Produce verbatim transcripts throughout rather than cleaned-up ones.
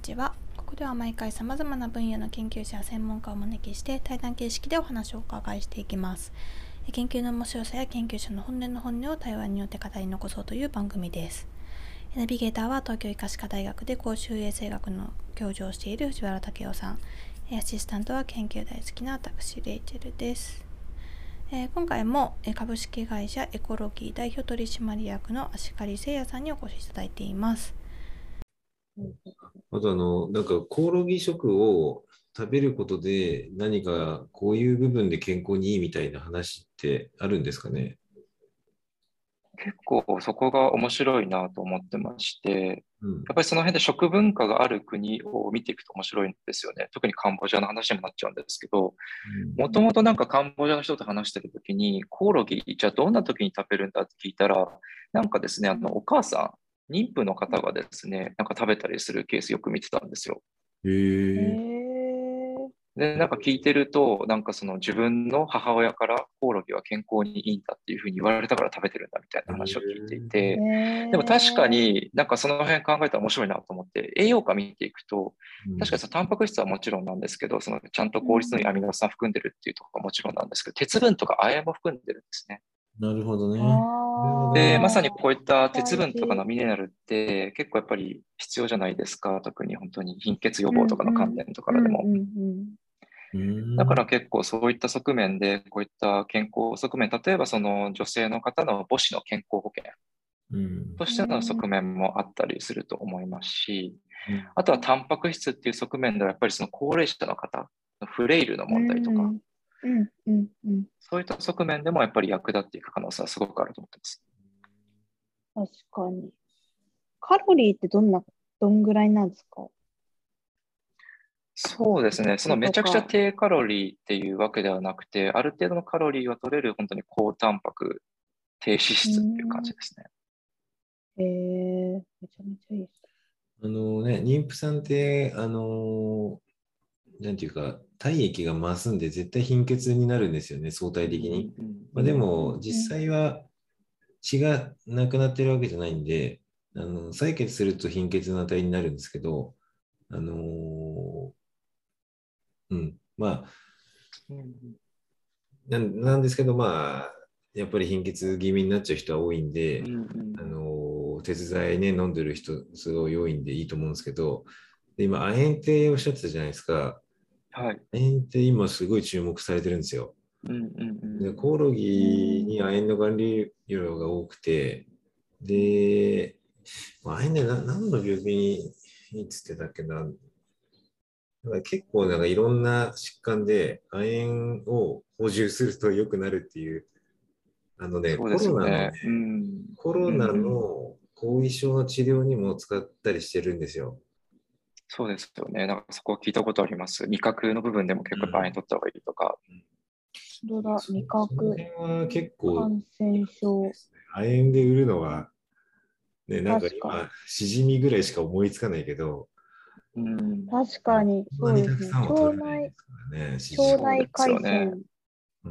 ちは。ここでは毎回さまざまな分野の研究者や専門家をお招きして対談形式でお話をお伺いしていきます。研究の面白さや研究者の本音の本音を対話によって語り残そうという番組です。ナビゲーターは東京医科歯科大学で公衆衛生学の教授をしている藤原武雄さん、アシスタントは研究大好きな私レイチェルです。えー、今回も株式会社エコロギー代表取締役の芦刈誠也さんにお越しいただいています。 あとあの、なんかコオロギ食を食べることで何かこういう部分で健康にいいみたいな話ってあるんですかね。 結構そこが面白いなと思ってまして、 うん、 やっぱりその辺で食文化がある国を見ていくと面白いんですよね。特にカンボジアの話にもなっちゃうんですけど、もともとなんかカンボジアの人と話してるときに、コオロギ、じゃあどんな時に食べるんだって聞いたら、なんかですね、あの、お母さん、妊婦の方がですね、なんか食べたりするケースよく見てたんですよ。 うん。へえ。 で、なんか聞いてると、なんかその自分の母親からコオロギは健康にいいんだっていうふうに言われたから食べてるんだみたいな話を聞いていて、でも確かになんかその辺考えたら面白いなと思って、栄養価見ていくと、確かにそのタンパク質はもちろんなんですけど、そのちゃんと効率のいいアミノ酸含んでるっていうところはもちろんなんですけど、鉄分とか亜鉛も含んでるんですね。 なるほどね。 で、まさにこういった鉄分とかのミネラルって結構やっぱり必要じゃないですか。特に本当に貧血予防とかの観点とかでも。だから結構そういった側面で、こういった健康側面、例えばその女性の方の母子の健康保険としての側面もあったりすると思いますし、あとはタンパク質っていう側面ではやっぱりその高齢者の方のフレイルの問題とか、そういった側面でもやっぱり役立っていく可能性はすごくあると思ってます。確かに。カロリーってどんな、どんぐらいなんですか？ そうですね。そのめちゃくちゃ低カロリーっていうわけではなくて、ある程度のカロリーは取れる本当に高タンパク、低脂質っていう感じですね。 へえー、めちゃめちゃいいです。 あのね、妊婦さんって、あのー、なんていうか、体液が増すんで絶対貧血になるんですよね、相対的に。まあ、でも、実際は血がなくなってるわけじゃないんで、あの採血すると貧血の値になるんですけど、あのーうん、まあな、なんですけど、まあ、やっぱり貧血気味になっちゃう人は多いんで、うんうん、あの鉄剤ね、飲んでる人、すごい多いんでいいと思うんですけど、で今、亜鉛っておっしゃってたじゃないですか。 はい。 亜鉛って今すごい注目されてるんですよ。 うんうんうん、 でコオロギに亜鉛の含量が多くて、で、亜鉛ね、何の病気にいいっつってたっけな。結構なんかいろんな疾患で亜鉛を補充すると良くなるっていう、あのね、 そうコロナのね、 うん、 コロナの後遺症の治療にも使ったりしてるんですよ。 そうですよね。なんかそこは聞いたことあります。味覚の部分でも結構亜鉛取った方がいいとか。 本当だ、味覚。 その辺は結構、 感染症。 亜鉛で売るのは、ね、なんか今、しじみぐらいしか思いつかないけど、 うん、 確かに、そうですね。腸内、腸内回線。 うん。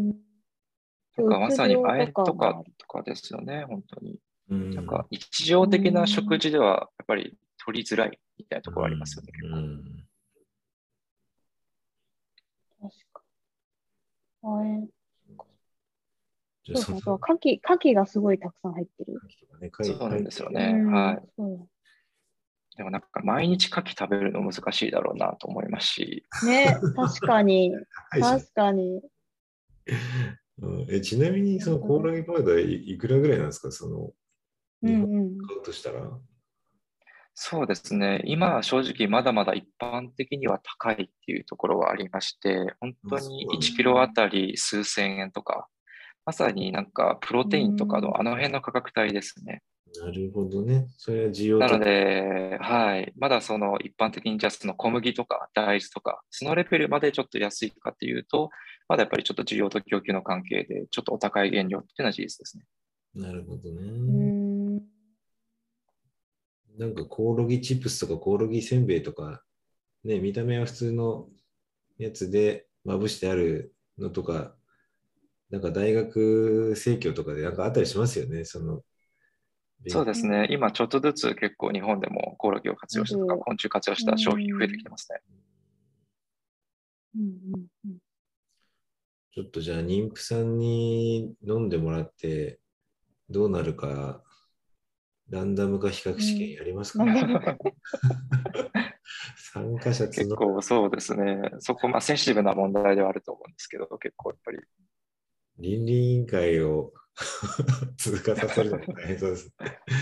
なんかまさに亜鉛とかとかですよね、本当に。なんか日常的な食事ではやっぱり取りづらいみたいなところありますよね、結構。 確かに。そうそうそう。牡蠣、牡蠣がすごいたくさん入ってる。 そうなんですよね。はい。でもなんか毎日牡蠣食べるの難しいだろうなと思いますし。 ね、確かに。確かに。 えちなみに、そのコオロギパウダーいくらぐらいなんですか、その、日本買うとしたら、うんうん、 そうですね。今、正直まだまだ一般的には高いっていうところはありまして、本当にいちキロあたり数千円とか、まさになんかプロテインとかのあの辺の価格帯ですね。 なるほどね。それは需要なので、はい。まだその一般的にじゃあその小麦とか大豆とか、そのレベルまでちょっと安いかっていうと、まだやっぱりちょっと需要と供給の関係で、ちょっとお高い原料っていうのは事実ですね。 なるほどね。なんかコオロギチップスとかコオロギせんべいとか、ね、見た目は普通のやつでまぶしてあるのとか、なんか大学生協とかでなんかあったりしますよね。そのそうですね。今ちょっとずつ結構日本でもコオロギを活用したとか、昆虫活用した商品増えてきてますね。 うんうんうん、 ちょっとじゃあ妊婦さんに飲んでもらってどうなるか、ランダム化比較試験やりますか、ね、うん、参加者募結構そうですね。そこ、まあセンシティブな問題ではあると思うんですけど、結構やっぱり。 倫理委員会を通過させるのが大変そうです。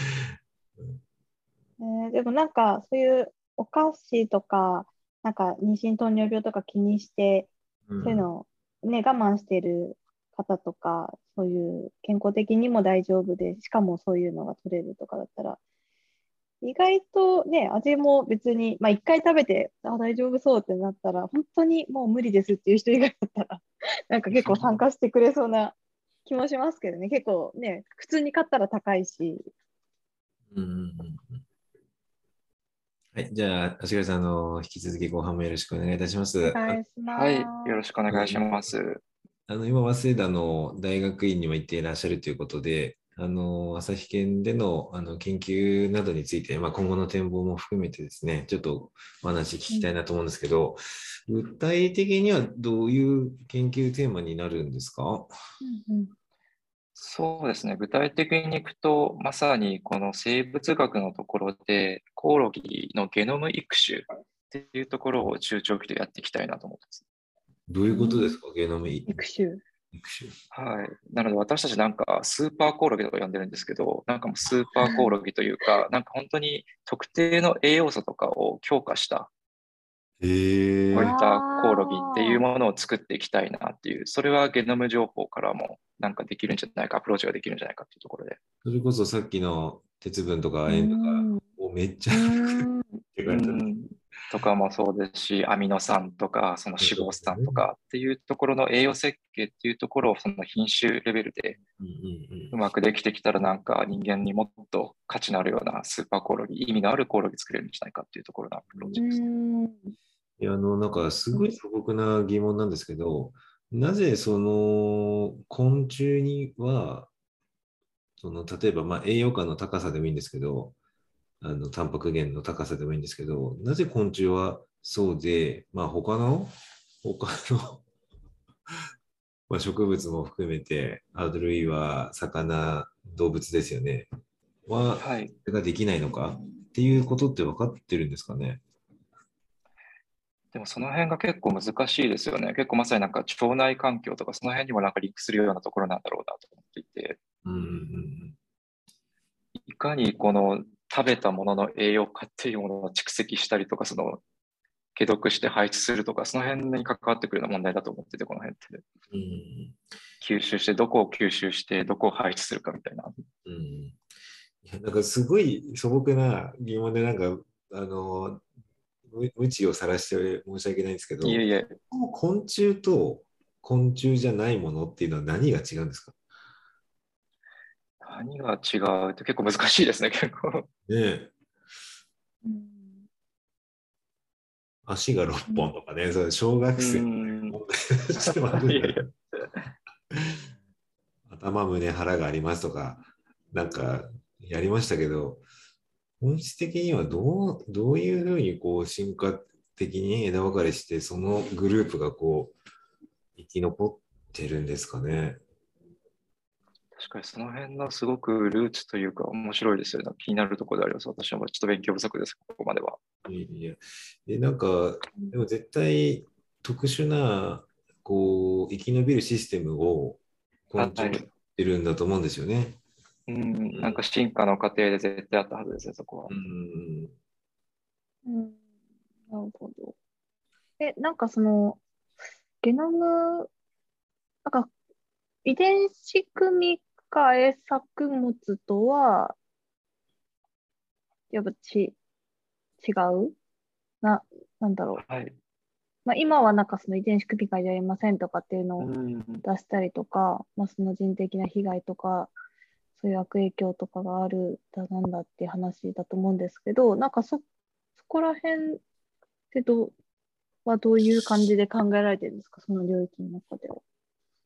えー、でもなんかそういうお菓子とか、なんか妊娠糖尿病とか気にして、 うん、 そういうのをね、我慢してる方とか、そういう健康的にも大丈夫で、しかもそういうのが取れるとかだったら、意外とね、味も別に、まあ一回食べて、あ、大丈夫そうってなったら、本当にもう無理ですっていう人以外だったら、なんか結構参加してくれそうな気もしますけどね、結構ね、普通に買ったら高いし。 うんうんうん、はい、じゃあ、足軽さん、あの、引き続き後半もよろしくお願いいたします。 お願いしはい、よます。 ろしくお願いします。 あの、今、早稲田の大学院にも行っていらっしゃるということで、あの、旭県でのあの研究などについて、まあ、今後の展望も含めてですね、ちょっとお話聞きたいなと思うんですけど、うん、具体的にはどういう研究テーマになるんですか？ うんうん、 そうですね。具体的にいくと、まさにこの生物学のところで、コオロギのゲノム育種っていうところを中長期でやっていきたいなと思ってます。 どういうことですか、ゲノム育種。 はい。なので私たちなんかスーパーコオロギとか呼んでるんですけど、なんかもうスーパーコオロギというか、なんか本当に特定の栄養素とかを強化した、こういったコオロギっていうものを作っていきたいなっていう、それはゲノム情報からもなんかできるんじゃないか、アプローチができるんじゃないかっていうところで。 それこそさっきの鉄分とか亜鉛とかをめっちゃって感じです。 とかもそうですし、アミノ酸とか、その脂肪酸とかっていうところの栄養設計っていうところをその品種レベルでうまくできてきたらなんか人間にもっと価値のあるようなスーパーコオロギ、意味のあるコオロギ作れるんじゃないかっていうところのアプローチですね。 いや、あの、なんかすごい素朴な疑問なんですけど、なぜその昆虫には、その例えばまあ栄養価の高さでもいいんですけど、あのタンパク源の高さでもいいんですけど、なぜ昆虫はそうで、まあ他の、他のまあ植物も含めて、あるいは魚、動物ですよね、は、 はい。 それができないのかっていうことって分かってるんですかね。 でもその辺が結構難しいですよね。結構まさになんか腸内環境とかその辺にもなんかリンクするようなところなんだろうなと思っていて、 うんうんうん、 いかにこの食べたものの栄養価っていうものを蓄積したりとか、その解毒して排出するとか、その辺に関わってくるような問題だと思ってて、この辺って。 うん、 吸収して、どこを吸収して、どこを排出するかみたいな。 うん、いやなんかすごい素朴な疑問で、なんか、あの、無知を晒して申し訳ないんですけど、 いえいえ。 昆虫と昆虫じゃないものっていうのは何が違うんですか？ 何が違うって結構難しいですね、結構。ねえ。足がろっぽんとかね、それ小学生の問題としてもあるんだよ。頭、胸、腹がありますとか、なんかやりましたけど、本質的にはどう、どういうふうにこう進化的に枝分かれして、そのグループがこう生き残ってるんですかね。 確かにその辺のすごくルーツというか面白いですよね。気になるところであります。私もちょっと勉強不足です、ここまでは。 いや、で、なんか、でも絶対特殊な、こう、生き延びるシステムを昆虫がってるんだと思うんですよね。 うん、なんか進化の過程で絶対あったはずですね、そこは。 うん。 うん、なるほど。え、なんかその、ゲノム、なんか遺伝子組み換え作物とは、やっぱち、違うな、なんだろう。 はい。 まあ、今はなんかその遺伝子組み換えじゃありませんとかっていうのをうん、 出したりとか、まあ、その人的な被害とか、そういう悪影響とかがあるだなんだっていう話だと思うんですけど、なんかそ、そこら辺ってどう、はどういう感じで考えられてるんですか、その領域の中では。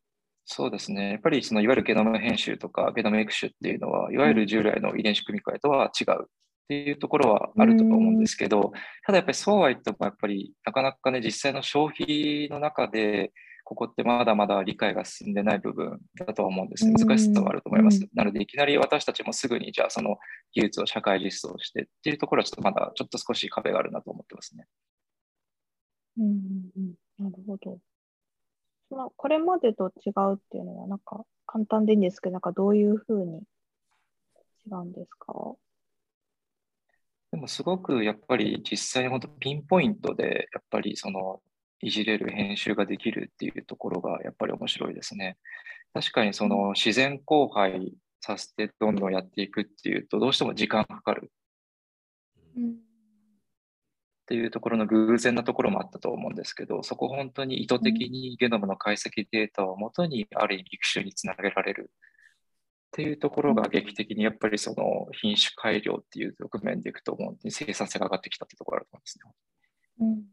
そうですね。やっぱりそのいわゆるゲノム編集とかゲノムエクシュっていうのは、いわゆる従来の遺伝子組み換えとは違うっていうところはあると思うんですけど、ただやっぱりそうは言ってもやっぱりなかなかね、実際の消費の中で、ここってまだまだ理解が進んでない部分だとは思うんですね。難しさはあると思います。なので、いきなり私たちもすぐにじゃあその技術を社会実装してっていうところはちょっとまだちょっと少し壁があるなと思ってますね。 うんうんうん、なるほど。そのこれまでと違うっていうのは、なんか簡単でいいんですけど、なんかどういうふうに違うんですか？ でもすごくやっぱり実際に本当ピンポイントでやっぱりそのいじれる編集ができるっていうところがやっぱり面白いですね。確かにその自然交配させてどんどんやっていくっていうとどうしても時間かかるっていうところの偶然なところもあったと思うんですけど、そこ本当に意図的にゲノムの解析データをもとにある意味育種につなげられるっていうところが劇的にやっぱりその品種改良っていう側面でいくと本当に生産性が上がってきたってところあると思うんですね。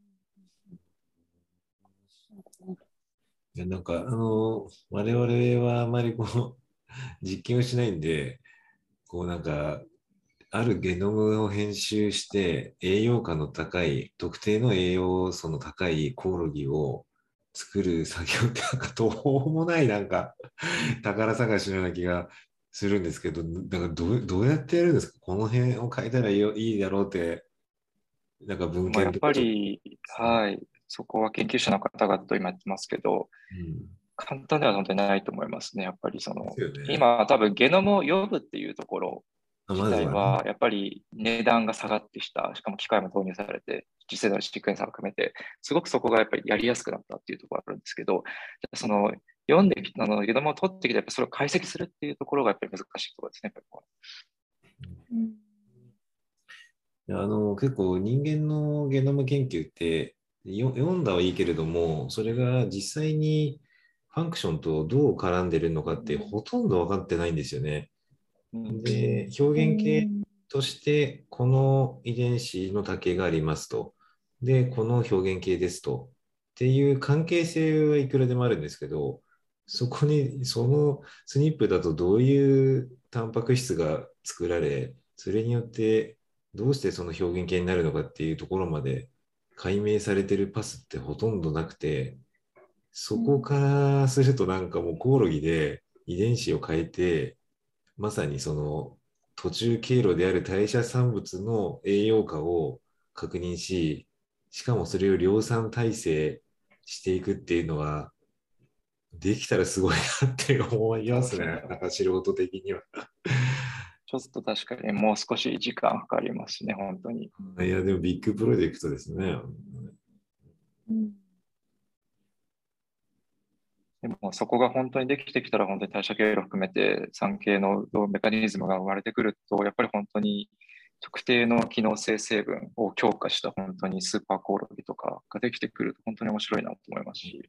うん、 いやなんかあの我々はあまりこう実験をしないんで、こうなんかあるゲノムを編集して栄養価の高い特定の栄養素の高いコオロギを作る作業ってなんかどうもないなんか宝探しのような気がするんですけど、だからどうどうやってやるんですか？この辺を変えたらいいよいいだろうってなんか文まあ、やっぱ献とかちょっと、 り、はい、そこは研究者の方々と今やってますけど、 うん、 簡単では本当にないと思いますね。やっぱりその、 ですよね。 今多分ゲノムを呼ぶっていうところあ自まずはね。 体は、やっぱり値段が下がってきた、しかも機械も投入されて、次世代のシークエンサーを含めて、すごくそこがやっぱりやりやすくなったっていうところがあるんですけど、その、読んできた、あの、ゲノムを取ってきて、やっぱそれを解析するっていうところがやっぱり難しいところですね、やっぱり。 うんいやあの結構人間のゲノム研究ってよ読んだはいいけれども、それが実際にファンクションとどう絡んでるのかってほとんど分かってないんですよね。 うん、 で、表現系としてこの遺伝子の多形がありますと。で、この表現系ですと。っていう関係性はいくらでもあるんですけど、そこにそのスニップだとどういうタンパク質が作られ、それによってどうしてその表現系になるのかっていうところまで解明されてるパスってほとんどなくて、そこからするとなんかもうコオロギで遺伝子を変えて、まさにその途中経路である代謝産物の栄養価を確認し、しかもそれを量産体制していくっていうのは、できたらすごいなって思いますね、なんか素人的には。 ちょっと確かにもう少し時間かかりますね、本当に。 いや、でもビッグプロジェクトですね。 うんでもそこが本当にできてきたら、本当に代謝経路含めて産経のメカニズムが生まれてくると、やっぱり本当に特定の機能性成分を強化した本当にスーパーコオロギとかができてくると本当に面白いなと思いますし。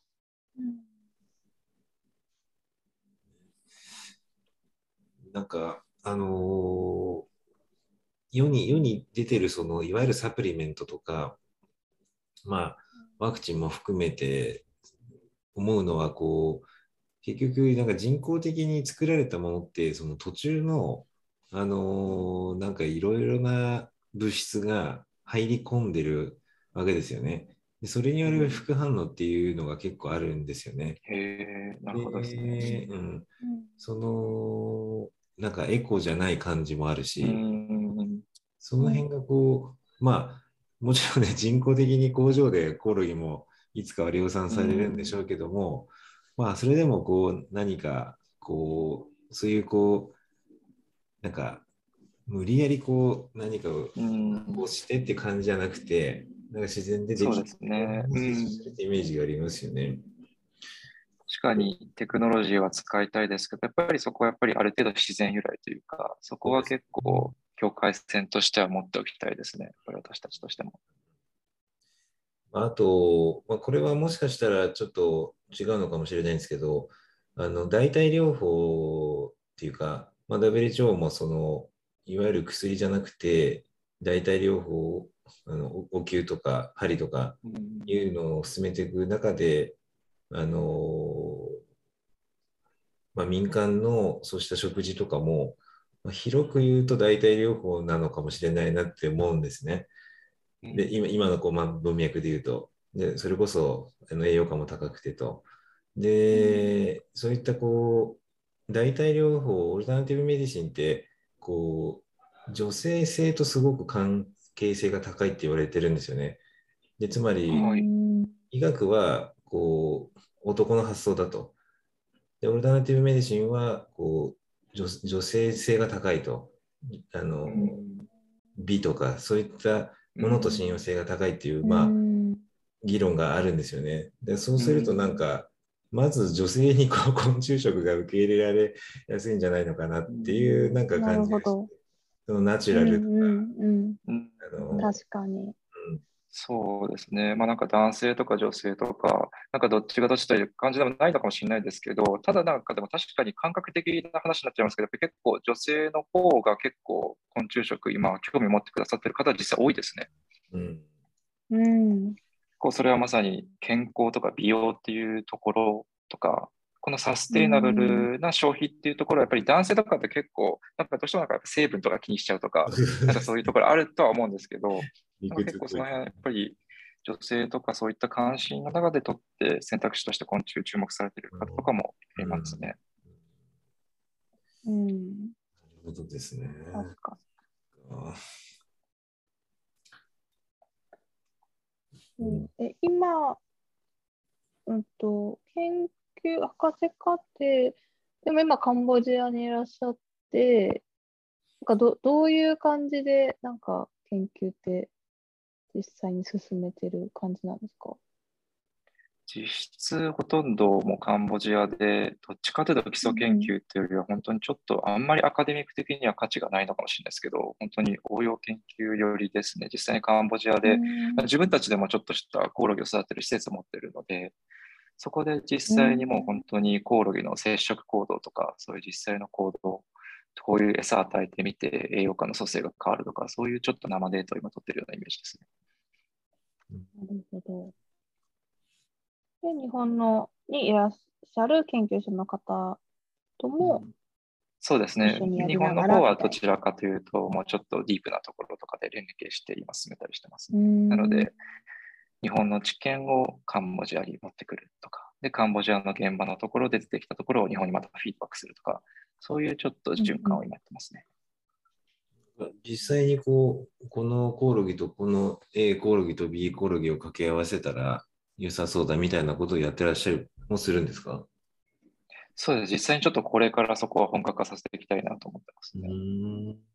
なんか、あのー世に、世に出てるその、いわゆるサプリメントとか、まあ、ワクチンも含めて思うのは、こう、結局、なんか人工的に作られたものって、その途中の、あのーなんかいろいろな物質が入り込んでるわけですよね。でそれによる副反応っていうのが結構あるんですよね。 へえ、なるほどですね。 で、うん、その、なんかエコじゃない感じもあるうし、 ん、 その辺がこう、まあ、もちろんね、人工的に工場でコオロギもいつかは量産されるんでしょうけども、まあ、それでもこう、何か、こう、そういうこう、なんか、無理やりこう、何かをこうしてって感じじゃなくて、なんか自然でできそうですね。う摂取ん、 するってイメージがありますよね。 確かにテクノロジーは使いたいですけど、やっぱりそこはやっぱりある程度自然由来というか、そこは結構境界線としては持っておきたいですね。やっぱり私たちとしても。 あと、まあ、これはもしかしたらちょっと違うのかもしれないんですけど、あの代替療法っていうか、まあ、ダブリューエイチオー もそのいわゆる薬じゃなくて、代替療法、あのおお灸とか針とかいうのを進めていく中で、あのまあ、民間のそうした食事とかも、まあ、広く言うと代替療法なのかもしれないなって思うんですね。で、今今のこう、まあ、文脈で言うと、でそれこそあの栄養価も高くてと。で、そういったこう、代替療法、オルタナティブメディシンって、こう、女性性とすごく関係性が高いって言われてるんですよね。で、つまり、 はい。 医学は、こう、男の発想だと。で、オルタナティブメディシンは、こう、女、女性性が高いと。あの、美とか、そういったものと信用性が高いっていう、まあ、議論があるんですよね。で、そうするとなんか、まず女性にこう昆虫食が受け入れられやすいんじゃないのかなっていうなんか感じがして、そのナチュラルとか、 うんうん、 あの確かに。 うんそうですね。まあなんか男性とか女性とか、なんかどっちがどっちという感じでもないのかもしれないですけど、ただなんかでも確かに感覚的な話になっちゃいますけど、結構女性の方が結構昆虫食今興味持ってくださってる方は実際多いですね。 うんうん。 こうそれはまさに健康とか美容っていうところとか、このサステイナブルな消費っていうところはやっぱり男性とかって結構、なんかどうしてもなんか成分とか気にしちゃうとか、なんかそういうところあるとは思うんですけど、なんか結構その辺はやっぱり女性とかそういった関心の中でとって選択肢として昆虫注目されている方とかもいますね。 うん。 なるほどですね。 確かに。うん、え今、うんと、研究、博士課程、でも今カンボジアにいらっしゃって、なんかど、どういう感じで、なんか研究って実際に進めてる感じなんですか？ 実質ほとんどもうカンボジアで、どっちかというと基礎研究っていうよりは、本当にちょっとあんまりアカデミック的には価値がないのかもしれないですけど、本当に応用研究寄りですね。実際にカンボジアで、自分たちでもちょっとしたコオロギを育てる施設を持っているので、そこで実際にもう本当にコオロギの接触行動とか、そういう実際の行動、こういう餌を与えてみて栄養価の組成が変わるとか、そういうちょっと生データを今取ってるようなイメージですね。 なるほど。で、日本のにいらっしゃる研究者の方とも、 そうですね。 一緒にや日りながら本の方はみたいなどちらかというと、もうちょっとディープなところとかで連携して今進めたりしてますうね。 んなので、日本の知見をカンボジアに持ってくるとか、で、カンボジアの現場のところで出てきたところを日本にまたフィードバックするとか、そういうちょっと循環を今やってますね。 実際にこう、このコオロギとこの A コオロギと B コオロギを掛け合わせたら良さそうだみたいなことをやってらっしゃるもするんですか？ そうです。実際にちょっとこれからそこは本格化させていきたいなと思ってますうね。 ーん。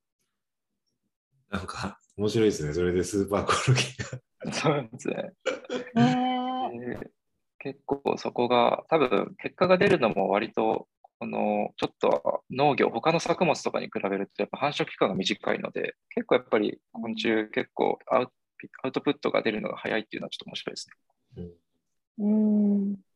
なんか面白いですね。それでスーパーコオロギが。 そうですね。 ねで結構そこが、多分結果が出るのも割と、このちょっと農業、他の作物とかに比べるとやっぱ繁殖期間が短いので、結構やっぱり昆虫結構アウアウトプットが出るのが早いっていうのはちょっと面白いですね。 うんうん。